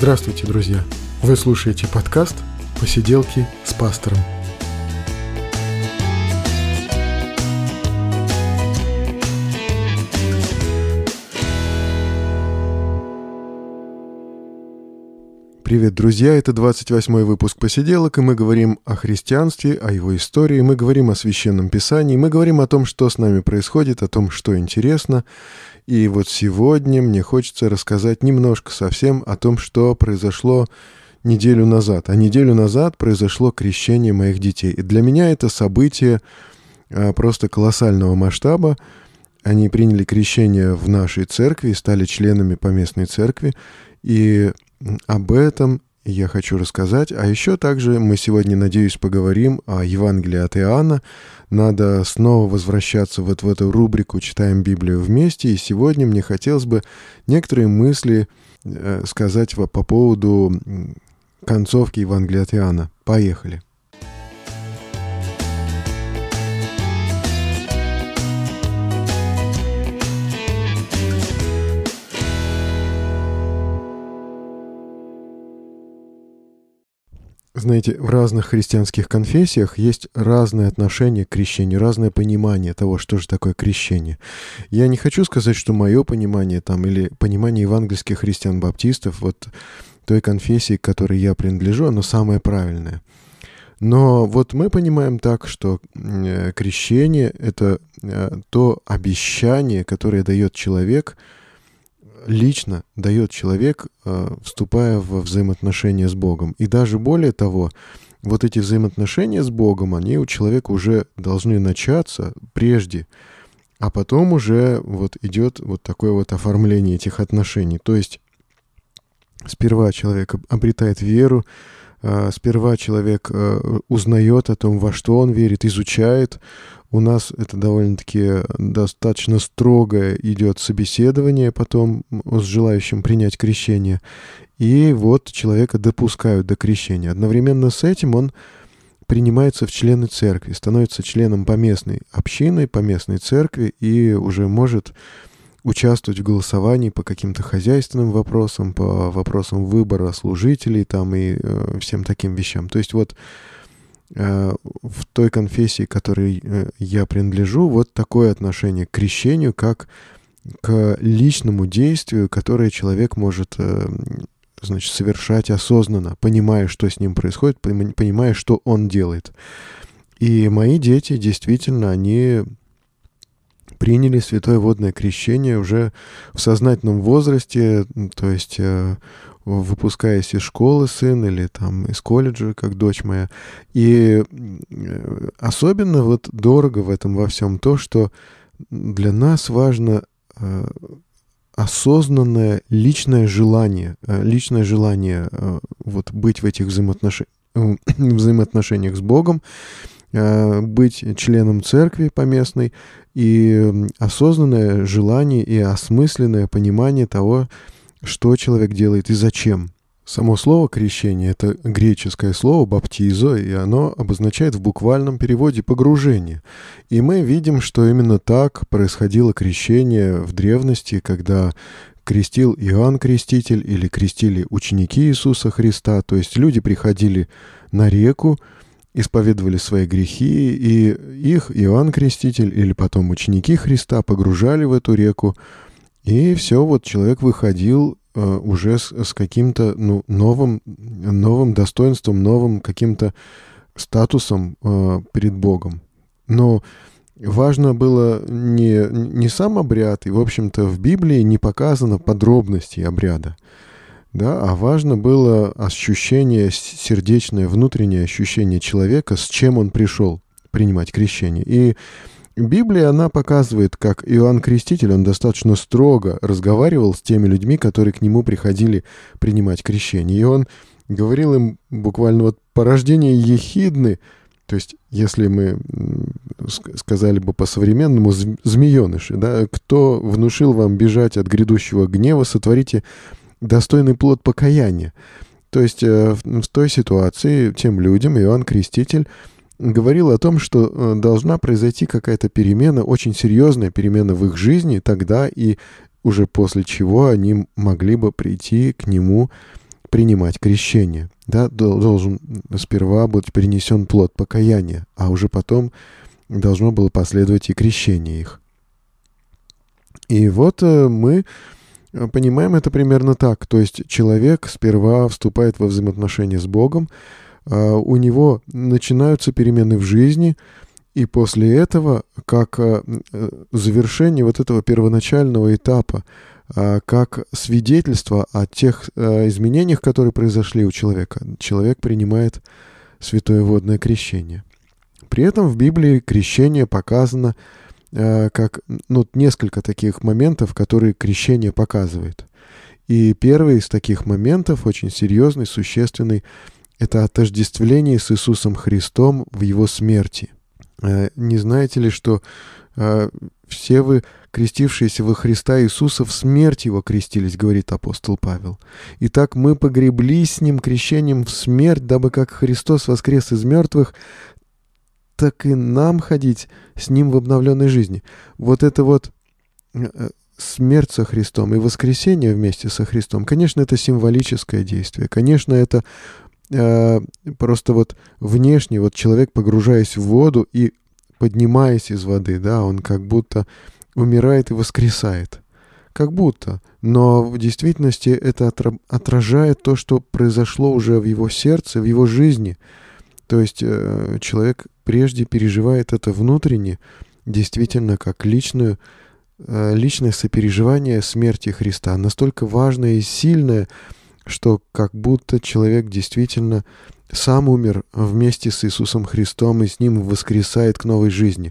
Здравствуйте, друзья! Вы слушаете подкаст «Посиделки с пастором». Привет, друзья! Это 28-й выпуск «Посиделок», и мы говорим о христианстве, о его истории, мы говорим о Священном Писании, мы говорим о том, что с нами происходит, о том, что интересно. И вот сегодня мне хочется рассказать немножко совсем о том, что произошло неделю назад. А неделю назад произошло крещение моих детей. И для меня это событие просто колоссального масштаба. Они приняли крещение в нашей церкви, стали членами поместной церкви. И об этом я хочу рассказать. А еще также мы сегодня, надеюсь, поговорим о Евангелии от Иоанна. Надо снова возвращаться вот в эту рубрику «Читаем Библию вместе». И сегодня мне хотелось бы некоторые мысли сказать по поводу концовки Евангелия от Иоанна. Поехали. Знаете, в разных христианских конфессиях есть разное отношение к крещению, разное понимание того, что же такое крещение. Я не хочу сказать, что мое понимание там или понимание евангельских христиан-баптистов, вот той конфессии, к которой я принадлежу, оно самое правильное. Но вот мы понимаем так, что крещение — это то обещание, которое дает человек, лично дает человек, вступая в взаимоотношения с Богом. И даже более того, вот эти взаимоотношения с Богом, они у человека уже должны начаться прежде, а потом уже вот идет вот такое вот оформление этих отношений. То есть сперва человек обретает веру, сперва человек узнает о том, во что он верит, изучает. У нас это довольно-таки достаточно строгое идет собеседование потом с желающим принять крещение. И вот человека допускают до крещения. Одновременно с этим он принимается в члены церкви, становится членом поместной общины, поместной церкви и уже может участвовать в голосовании по каким-то хозяйственным вопросам, по вопросам выбора служителей там и всем таким вещам. То есть вот в той конфессии, к которой я принадлежу, вот такое отношение к крещению, как к личному действию, которое человек может, значит, совершать осознанно, понимая, что с ним происходит, понимая, что он делает. И мои дети, действительно, они приняли святое водное крещение уже в сознательном возрасте, то есть выпускаясь из школы сын или там из колледжа, как дочь моя. И особенно вот дорого в этом во всем то, что для нас важно осознанное личное желание вот быть в этих взаимоотношениях с Богом, быть членом церкви поместной, и осознанное желание и осмысленное понимание того, что человек делает и зачем. Само слово «крещение» — это греческое слово «баптизо», и оно обозначает в буквальном переводе «погружение». И мы видим, что именно так происходило крещение в древности, когда крестил Иоанн Креститель или крестили ученики Иисуса Христа. То есть люди приходили на реку, исповедовали свои грехи, и их Иоанн Креститель или потом ученики Христа погружали в эту реку, и все, вот человек выходил уже с каким-то новым достоинством, новым каким-то статусом перед Богом. Но важно было не сам обряд, и, в общем-то, в Библии не показано подробностей обряда, да, а важно было ощущение сердечное, внутреннее ощущение человека, с чем он пришел принимать крещение. И Библия, она показывает, как Иоанн Креститель, он достаточно строго разговаривал с теми людьми, которые к нему приходили принимать крещение. И он говорил им буквально вот по рождению ехидны, то есть если мы сказали бы по-современному, змееныши, да, кто внушил вам бежать от грядущего гнева, сотворите достойный плод покаяния. То есть в той ситуации тем людям Иоанн Креститель говорил о том, что должна произойти какая-то перемена, очень серьезная перемена в их жизни, тогда и уже после чего они могли бы прийти к нему принимать крещение. Да? Должен сперва быть принесен плод покаяния, а уже потом должно было последовать и крещение их. И вот мы понимаем это примерно так. То есть человек сперва вступает во взаимоотношения с Богом, у него начинаются перемены в жизни, и после этого, как завершение вот этого первоначального этапа, как свидетельство о тех изменениях, которые произошли у человека, человек принимает святое водное крещение. При этом в Библии крещение показано как несколько таких моментов, которые крещение показывает. И первый из таких моментов, очень серьезный, существенный, это отождествление с Иисусом Христом в Его смерти. Не знаете ли, что все вы, крестившиеся во Христа Иисуса, в смерть Его крестились, говорит апостол Павел. Итак, мы погреблись с Ним крещением в смерть, дабы как Христос воскрес из мертвых, так и нам ходить с Ним в обновленной жизни. Вот это вот смерть со Христом и воскресение вместе со Христом, конечно, это символическое действие. Конечно, это просто вот внешне, вот человек, погружаясь в воду и поднимаясь из воды, да, он как будто умирает и воскресает. Как будто. Но в действительности это отражает то, что произошло уже в его сердце, в его жизни. То есть человек прежде переживает это внутренне, действительно, как личное сопереживание смерти Христа. Настолько важное и сильное, что как будто человек действительно сам умер вместе с Иисусом Христом и с Ним воскресает к новой жизни.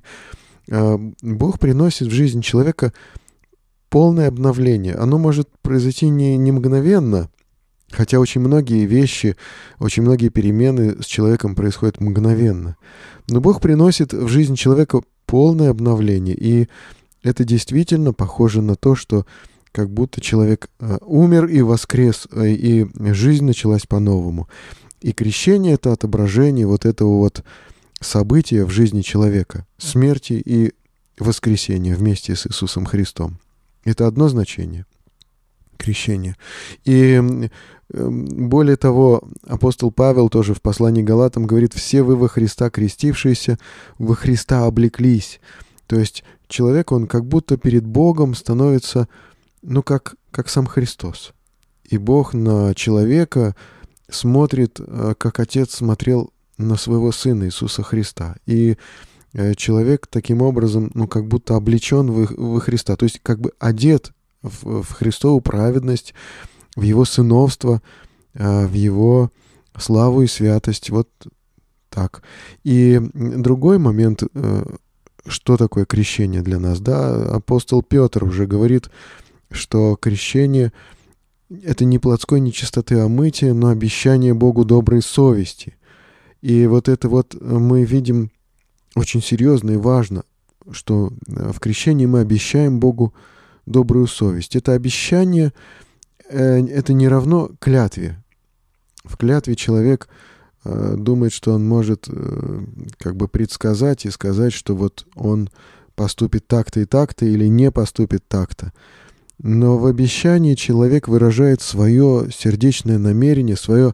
Бог приносит в жизнь человека полное обновление. Оно может произойти не мгновенно, хотя очень многие вещи, очень многие перемены с человеком происходят мгновенно. Но Бог приносит в жизнь человека полное обновление, и это действительно похоже на то, что как будто человек умер и воскрес, и жизнь началась по-новому. И крещение — это отображение вот этого вот события в жизни человека, смерти и воскресения вместе с Иисусом Христом. Это одно значение — крещение. И более того, апостол Павел тоже в послании к Галатам говорит: «Все вы во Христа крестившиеся, во Христа облеклись». То есть человек, он как будто перед Богом становится как сам Христос. И Бог на человека смотрит, как Отец смотрел на своего Сына Иисуса Христа. И человек таким образом, как будто облечен во Христа. То есть как бы одет в Христову праведность, в Его сыновство, в Его славу и святость. Вот так. И другой момент, что такое крещение для нас, да, апостол Петр уже говорит, что крещение — это не плотской нечистоты омытия, но обещание Богу доброй совести. И вот это вот мы видим очень серьезно и важно, что в крещении мы обещаем Богу добрую совесть. Это обещание, это не равно клятве. В клятве человек думает, что он может как бы предсказать и сказать, что вот он поступит так-то и так-то или не поступит так-то. Но в обещании человек выражает свое сердечное намерение, свое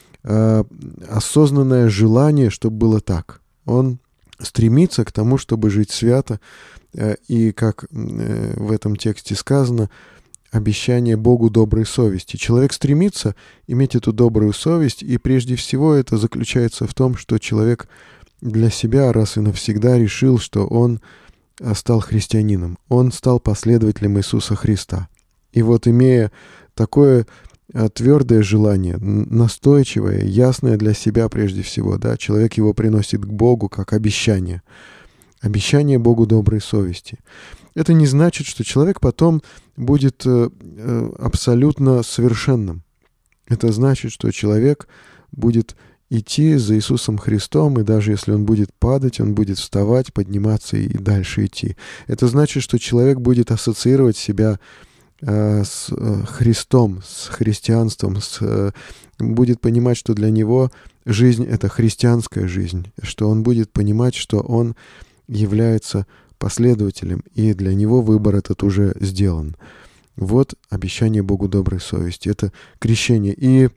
осознанное желание, чтобы было так. Он стремится к тому, чтобы жить свято, и, как в этом тексте сказано, обещание Богу доброй совести. Человек стремится иметь эту добрую совесть, и прежде всего это заключается в том, что человек для себя раз и навсегда решил, что он стал христианином, он стал последователем Иисуса Христа. И вот, имея такое твердое желание, настойчивое, ясное для себя прежде всего, да, человек его приносит к Богу как обещание. Обещание Богу доброй совести. Это не значит, что человек потом будет абсолютно совершенным. Это значит, что человек будет идти за Иисусом Христом, и даже если он будет падать, он будет вставать, подниматься и дальше идти. Это значит, что человек будет ассоциировать себя с Христом, с христианством, будет понимать, что для него жизнь — это христианская жизнь, что он будет понимать, что он является последователем, и для него выбор этот уже сделан. Вот обещание Богу доброй совести. Это крещение. И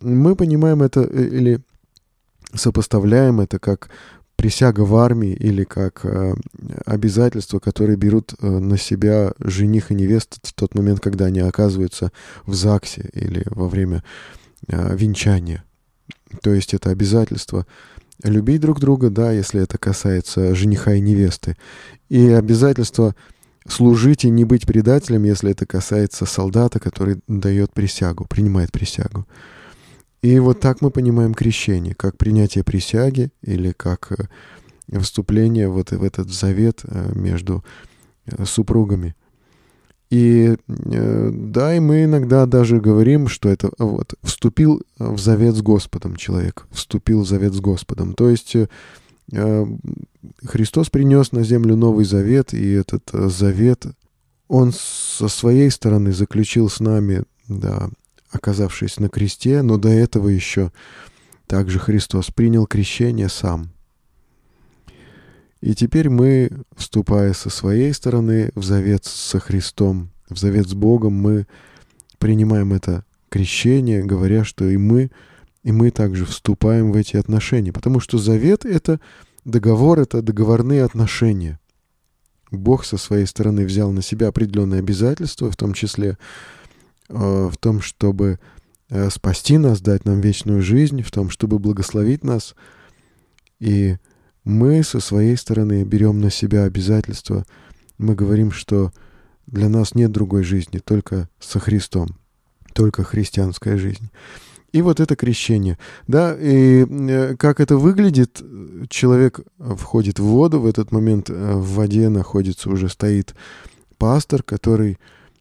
мы понимаем это или сопоставляем это как присяга в армии или как обязательства, которые берут на себя жених и невеста в тот момент, когда они оказываются в ЗАГСе или во время венчания. То есть это обязательство любить друг друга, да, если это касается жениха и невесты. И обязательство служить и не быть предателем, если это касается солдата, который дает присягу, принимает присягу. И вот так мы понимаем крещение, как принятие присяги или как вступление вот в этот завет между супругами. И да, и мы иногда даже говорим, что это вот вступил в завет с Господом человек, вступил в завет с Господом. То есть Христос принес на землю Новый Завет, и этот завет Он со своей стороны заключил с нами, да, оказавшись на кресте, но до этого еще также Христос принял крещение сам. И теперь мы, вступая со своей стороны в завет со Христом, в завет с Богом, мы принимаем это крещение, говоря, что и мы также вступаем в эти отношения. Потому что завет — это договор, это договорные отношения. Бог со своей стороны взял на себя определенные обязательства, в том числе в том, чтобы спасти нас, дать нам вечную жизнь, в том, чтобы благословить нас. И мы со своей стороны берем на себя обязательства. Мы говорим, что для нас нет другой жизни, только со Христом, только христианская жизнь. И вот это крещение. Да, и как это выглядит, человек входит в воду, в этот момент в воде находится, уже стоит пастор, который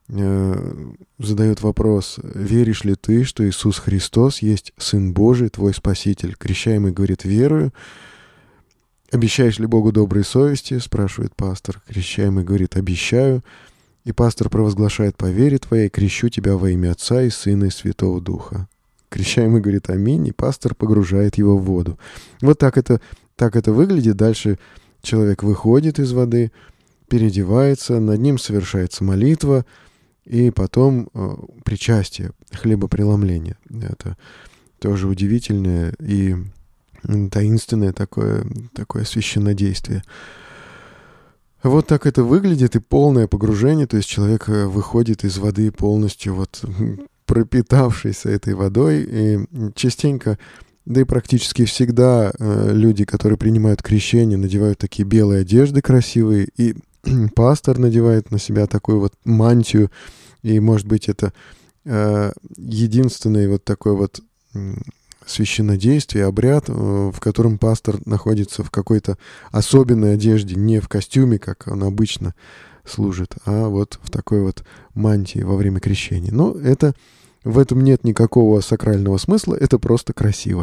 задает вопрос: веришь ли ты, что Иисус Христос есть Сын Божий, твой Спаситель? Крещаемый говорит: верую. Обещаешь ли Богу доброй совести? Спрашивает пастор. Крещаемый говорит: обещаю. И пастор провозглашает: по вере твоей крещу тебя во имя Отца и Сына и Святого Духа. Крещаемый говорит: аминь, и пастор погружает его в воду. Вот так это выглядит. Дальше человек выходит из воды, переодевается, над ним совершается молитва, и потом причастие, хлебопреломление. Это тоже удивительное и таинственное такое священнодействие. Вот так это выглядит, и полное погружение, то есть человек выходит из воды полностью вот пропитавшийся этой водой, и частенько, да и практически всегда люди, которые принимают крещение, надевают такие белые одежды красивые, и пастор надевает на себя такую вот мантию, и, может быть, это единственный вот такой вот священнодействие, обряд, в котором пастор находится в какой-то особенной одежде, не в костюме, как он обычно служит, а вот в такой вот мантии во время крещения. Но в этом нет никакого сакрального смысла, это просто красиво.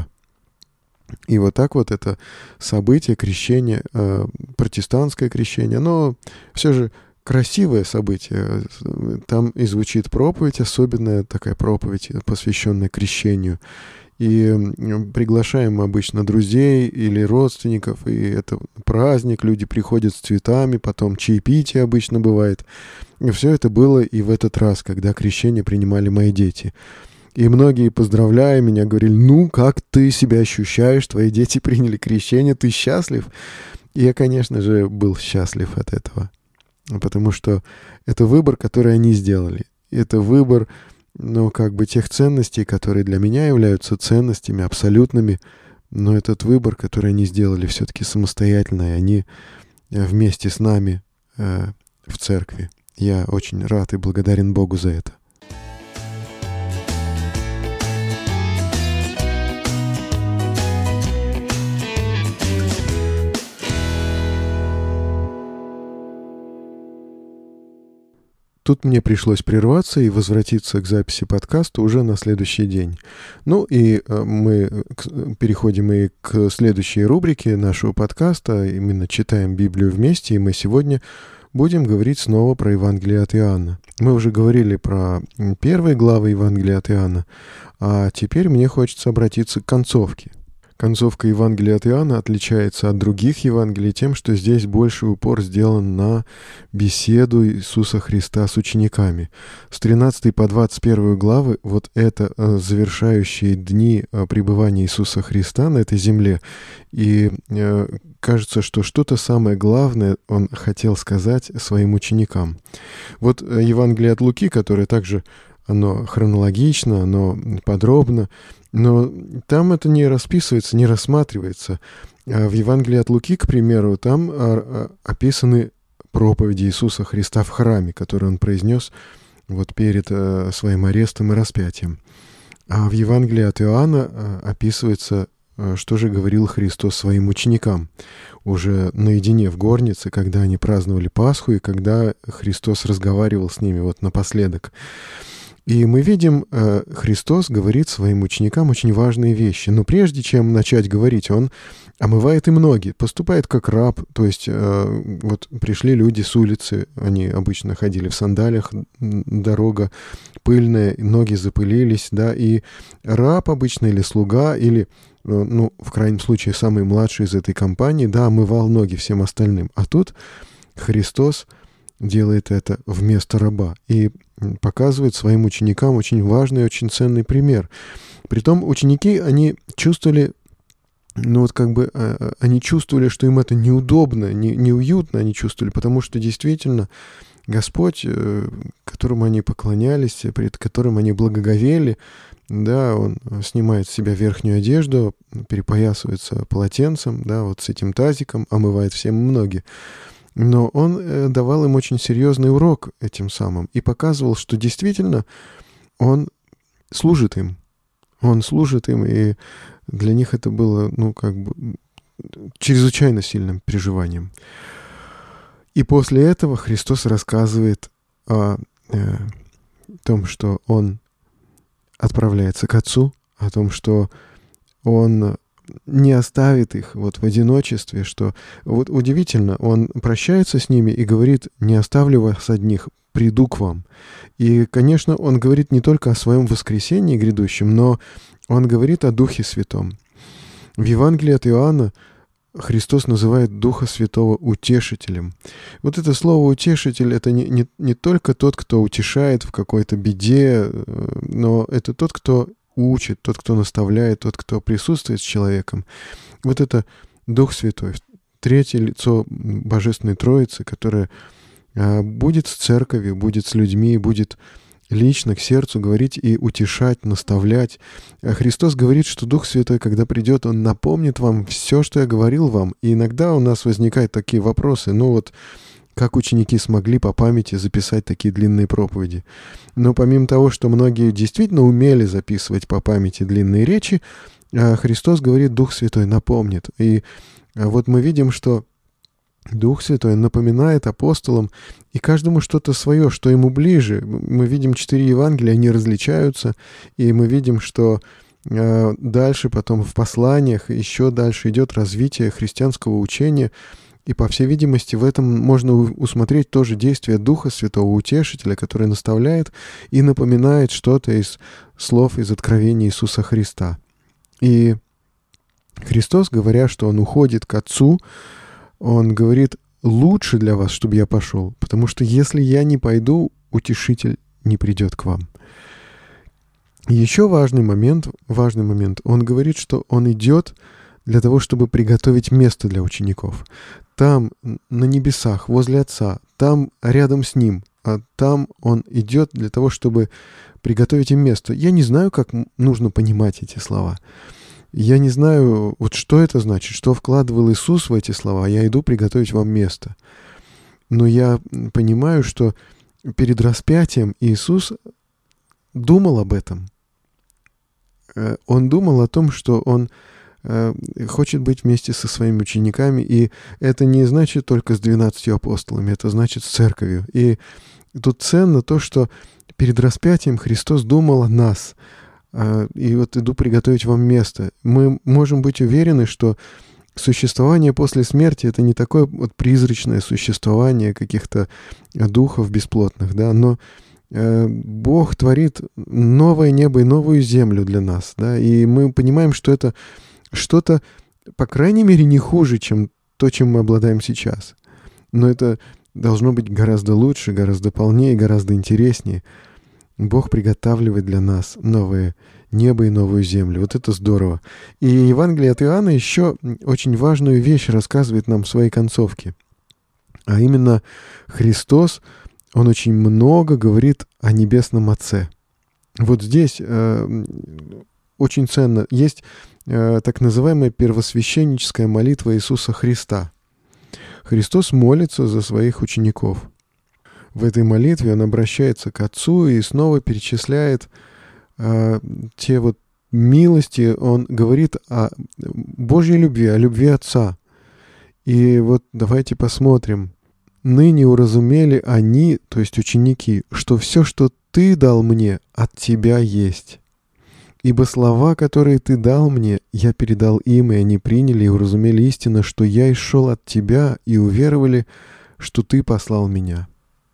И вот так вот это событие, крещение, протестантское крещение, оно все же красивое событие. Там и звучит проповедь, особенная такая проповедь, посвященная крещению. И приглашаем обычно друзей или родственников, и это праздник, люди приходят с цветами, потом чаепитие обычно бывает. И все это было и в этот раз, когда крещение принимали мои дети. И многие, поздравляя меня, говорили: ну, как ты себя ощущаешь, твои дети приняли крещение, ты счастлив? И я, конечно же, был счастлив от этого, потому что это выбор, который они сделали. Это выбор, тех ценностей, которые для меня являются ценностями абсолютными, но этот выбор, который они сделали все-таки самостоятельно, и они вместе с нами в церкви. Я очень рад и благодарен Богу за это. Тут мне пришлось прерваться и возвратиться к записи подкаста уже на следующий день. Ну и мы переходим и к следующей рубрике нашего подкаста, именно «Читаем Библию вместе», и мы сегодня будем говорить снова про Евангелие от Иоанна. Мы уже говорили про первые главы Евангелия от Иоанна, а теперь мне хочется обратиться к концовке. Концовка Евангелия от Иоанна отличается от других Евангелий тем, что здесь больше упор сделан на беседу Иисуса Христа с учениками. С 13 по 21 главы вот это завершающие дни пребывания Иисуса Христа на этой земле. И кажется, что что-то самое главное Он хотел сказать своим ученикам. Вот Евангелие от Луки, которое также оно хронологично, оно подробно, но там это не расписывается, не рассматривается. А в Евангелии от Луки, к примеру, там описаны проповеди Иисуса Христа в храме, которые Он произнес вот перед своим арестом и распятием. А в Евангелии от Иоанна описывается, что же говорил Христос своим ученикам уже наедине в горнице, когда они праздновали Пасху и когда Христос разговаривал с ними вот напоследок. И мы видим, Христос говорит своим ученикам очень важные вещи. Но прежде чем начать говорить, Он омывает им ноги, поступает как раб. То есть вот пришли люди с улицы, они обычно ходили в сандалиях, дорога пыльная, ноги запылились, да, и раб обычно или слуга, или, ну, в крайнем случае, самый младший из этой компании, да, омывал ноги всем остальным. А тут Христос делает это вместо раба и показывает своим ученикам очень важный, очень ценный пример. Притом ученики, они чувствовали, ну вот как бы, они чувствовали, что им это неудобно, неуютно они чувствовали, потому что действительно Господь, которому они поклонялись, перед которым они благоговели, да, Он снимает с себя верхнюю одежду, перепоясывается полотенцем, да, вот с этим тазиком, омывает всем ноги. Но Он давал им очень серьезный урок этим самым и показывал, что действительно Он служит им. Он служит им, и для них это было, ну, как бы, чрезвычайно сильным переживанием. И после этого Христос рассказывает о том, что Он отправляется к Отцу, о том, что Он не оставит их вот в одиночестве, что вот удивительно, Он прощается с ними и говорит: «Не оставлю вас одних, приду к вам». И, конечно, Он говорит не только о своем воскресении грядущем, но Он говорит о Духе Святом. В Евангелии от Иоанна Христос называет Духа Святого утешителем. Вот это слово «утешитель» — это не только тот, кто утешает в какой-то беде, но это тот, кто учит, тот, кто наставляет, тот, кто присутствует с человеком. Вот это Дух Святой, третье лицо Божественной Троицы, которое будет с церковью, будет с людьми, будет лично к сердцу говорить и утешать, наставлять. А Христос говорит, что Дух Святой, когда придет, Он напомнит вам все, что я говорил вам. И иногда у нас возникают такие вопросы, ну вот, как ученики смогли по памяти записать такие длинные проповеди. Но помимо того, что многие действительно умели записывать по памяти длинные речи, Христос говорит, Дух Святой напомнит. И вот мы видим, что Дух Святой напоминает апостолам и каждому что-то свое, что ему ближе. Мы видим 4 Евангелия, они различаются, и мы видим, что дальше потом в посланиях еще дальше идет развитие христианского учения. И, по всей видимости, в этом можно усмотреть тоже действие Духа Святого Утешителя, который наставляет и напоминает что-то из слов из Откровения Иисуса Христа. И Христос, говоря, что Он уходит к Отцу, Он говорит: лучше для вас, чтобы я пошел, потому что если я не пойду, Утешитель не придет к вам. Еще важный момент, Он говорит, что Он идет для того, чтобы приготовить место для учеников. Там, на небесах, возле Отца, там, рядом с Ним, а там Он идет для того, чтобы приготовить им место. Я не знаю, как нужно понимать эти слова. Я не знаю, вот что это значит, что вкладывал Иисус в эти слова. Я иду приготовить вам место. Но я понимаю, что перед распятием Иисус думал об этом. Он думал о том, что Он хочет быть вместе со своими учениками, и это не значит только с 12 апостолами, это значит с церковью. И тут ценно то, что перед распятием Христос думал о нас. И вот иду приготовить вам место. Мы можем быть уверены, что существование после смерти — это не такое вот призрачное существование каких-то духов бесплотных, да, но Бог творит новое небо и новую землю для нас, да, и мы понимаем, что это что-то, по крайней мере, не хуже, чем то, чем мы обладаем сейчас. Но это должно быть гораздо лучше, гораздо полнее, гораздо интереснее. Бог приготавливает для нас новое небо и новую землю. Вот это здорово. И Евангелие от Иоанна еще очень важную вещь рассказывает нам в своей концовке. А именно Христос, Он очень много говорит о Небесном Отце. Вот здесь очень ценно. Есть так называемая первосвященническая молитва Иисуса Христа. Христос молится за своих учеников. В этой молитве Он обращается к Отцу и снова перечисляет те вот милости. Он говорит о Божьей любви, о любви Отца. И вот давайте посмотрим. «Ныне уразумели они, то есть ученики, что все, что Ты дал мне, от Тебя есть. Ибо слова, которые Ты дал мне, я передал им, и они приняли и уразумели истинно, что я исшел от Тебя, и уверовали, что Ты послал меня».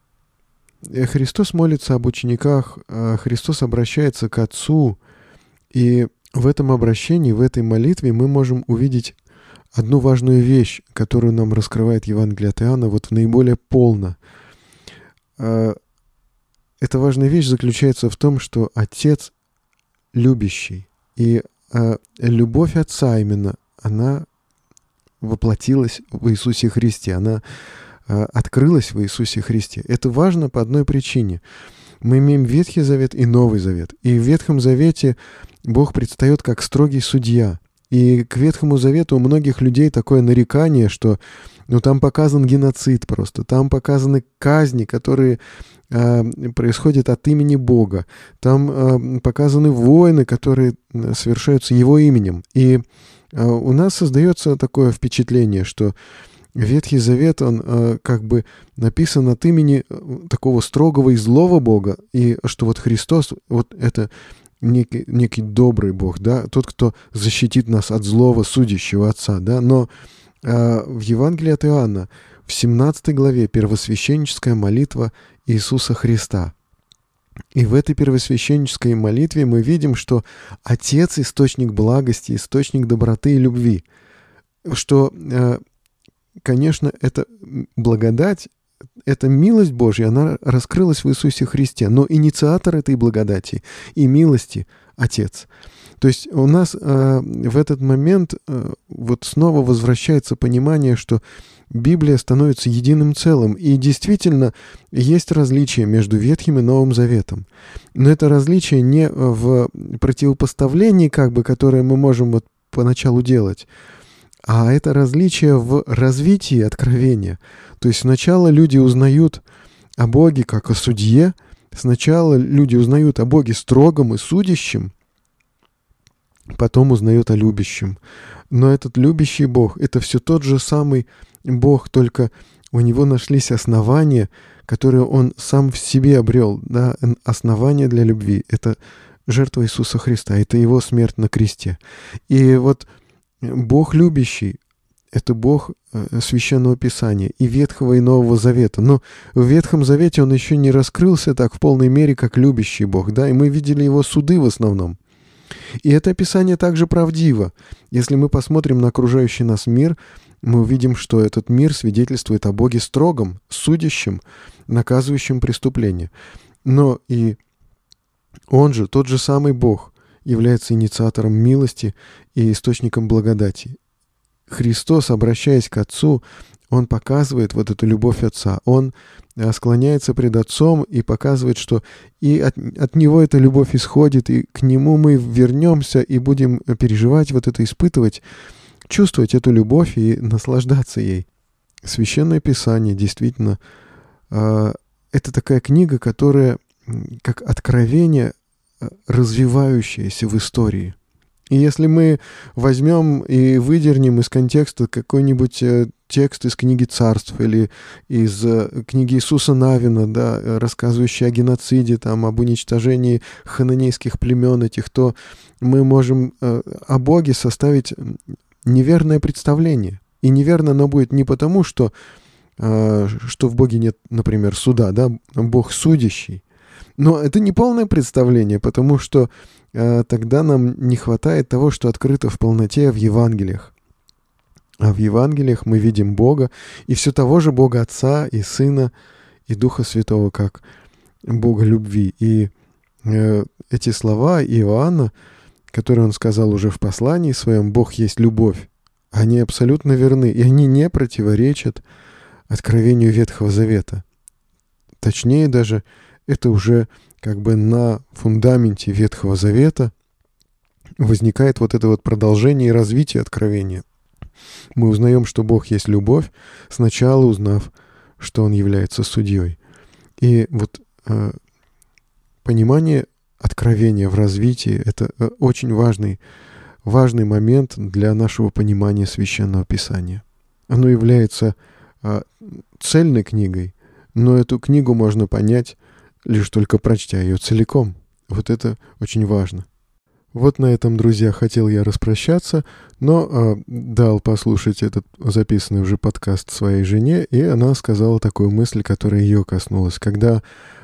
Христос молится об учениках, Христос обращается к Отцу, и в этом обращении, в этой молитве мы можем увидеть одну важную вещь, которую нам раскрывает Евангелие от Иоанна вот наиболее полно. Эта важная вещь заключается в том, что Отец любящий, и любовь Отца именно, она воплотилась в Иисусе Христе, она открылась в Иисусе Христе. Это важно по одной причине. Мы имеем Ветхий Завет и Новый Завет. И в Ветхом Завете Бог предстает как строгий судья. И к Ветхому Завету у многих людей такое нарекание, что там показан геноцид просто, там показаны казни, которые происходят от имени Бога, там показаны войны, которые совершаются Его именем. И у нас создается такое впечатление, что Ветхий Завет, он как бы написан от имени такого строгого и злого Бога, и что вот Христос, вот это некий добрый Бог, да, тот, кто защитит нас от злого судящего Отца, да, но в Евангелии от Иоанна в 17 главе первосвященническая молитва Иисуса Христа. И в этой первосвященнической молитве мы видим, что Отец — источник благости, источник доброты и любви, что конечно, эта благодать, эта милость Божья, она раскрылась в Иисусе Христе, но инициатор этой благодати и милости — Отец. То есть у нас в этот момент вот снова возвращается понимание, что Библия становится единым целым, и действительно есть различия между Ветхим и Новым Заветом. Но это различие не в противопоставлении, как бы, которое мы можем вот поначалу делать, а это различие в развитии откровения. То есть сначала люди узнают о Боге как о судье, сначала люди узнают о Боге строгом и судящем, потом узнают о любящем. Но этот любящий Бог — это все тот же самый Бог, только у него нашлись основания, которые он сам в себе обрел. Да? Основания для любви — это жертва Иисуса Христа, это его смерть на кресте. И вот Бог любящий — это Бог Священного Писания и Ветхого и Нового Завета. Но в Ветхом Завете он еще не раскрылся так в полной мере, как любящий Бог, да, и мы видели его суды в основном. И это описание также правдиво. Если мы посмотрим на окружающий нас мир, мы увидим, что этот мир свидетельствует о Боге строгом, судящем, наказывающем преступление. Но и он же, тот же самый Бог, является инициатором милости и источником благодати. Христос, обращаясь к Отцу, Он показывает вот эту любовь Отца. Он склоняется пред Отцом и показывает, что и от Него эта любовь исходит, и к Нему мы вернемся и будем переживать вот это, испытывать, чувствовать эту любовь и наслаждаться ей. Священное Писание действительно это такая книга, которая как откровение, развивающаяся в истории. И если мы возьмем и выдернем из контекста какой-нибудь текст из книги Царств или из книги Иисуса Навина, да, рассказывающий о геноциде, там, об уничтожении хананейских племен этих, то мы можем о Боге составить неверное представление. И неверно оно будет не потому, что в Боге нет, например, суда, да, Бог судящий, Но это не полное представление, потому что тогда нам не хватает того, что открыто в полноте в Евангелиях. А в Евангелиях мы видим Бога, и все того же Бога Отца и Сына и Духа Святого, как Бога любви. И эти слова Иоанна, которые он сказал уже в послании своем, «Бог есть любовь», они абсолютно верны, и они не противоречат откровению Ветхого Завета. Точнее даже, это уже как бы на фундаменте Ветхого Завета возникает вот это вот продолжение и развитие откровения. Мы узнаем, что Бог есть любовь, сначала узнав, что Он является судьей. И вот понимание откровения в развитии — это очень важный момент для нашего понимания Священного Писания. Оно является цельной книгой, но эту книгу можно понять, лишь только прочтя ее целиком. Вот это очень важно. Вот на этом, друзья, хотел я распрощаться, но дал послушать этот записанный уже подкаст своей жене, и она сказала такую мысль, которая ее коснулась. Когда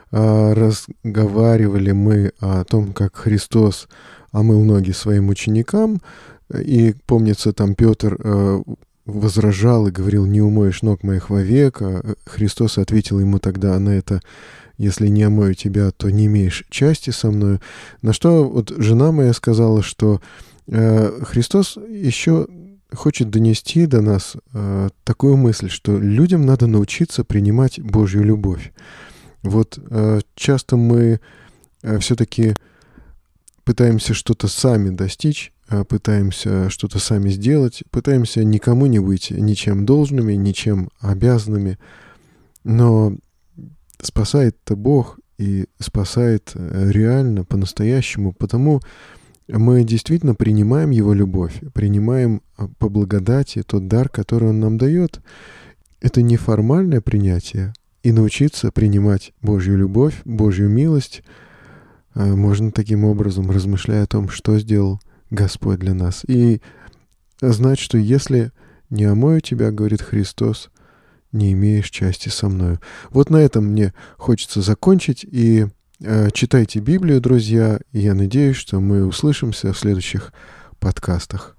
разговаривали мы о том, как Христос омыл ноги своим ученикам, и, помнится, там Петр возражал и говорил: «Не умоешь ног моих вовек», а Христос ответил ему тогда на это: «Если не омою тебя, то не имеешь части со мною». На что вот жена моя сказала, что Христос еще хочет донести до нас такую мысль, что людям надо научиться принимать Божью любовь. Вот часто мы все-таки пытаемся что-то сами достичь, пытаемся что-то сами сделать, пытаемся никому не быть ничем должными, ничем обязанными, но спасает-то Бог, и спасает реально, по-настоящему, потому мы действительно принимаем Его любовь, принимаем по благодати тот дар, который Он нам дает. Это не формальное принятие, и научиться принимать Божью любовь, Божью милость можно таким образом, размышляя о том, что сделал Господь для нас. И знать, что если не омою тебя, говорит Христос, не имеешь части со мною. Вот на этом мне хочется закончить. И читайте Библию, друзья. И я надеюсь, что мы услышимся в следующих подкастах.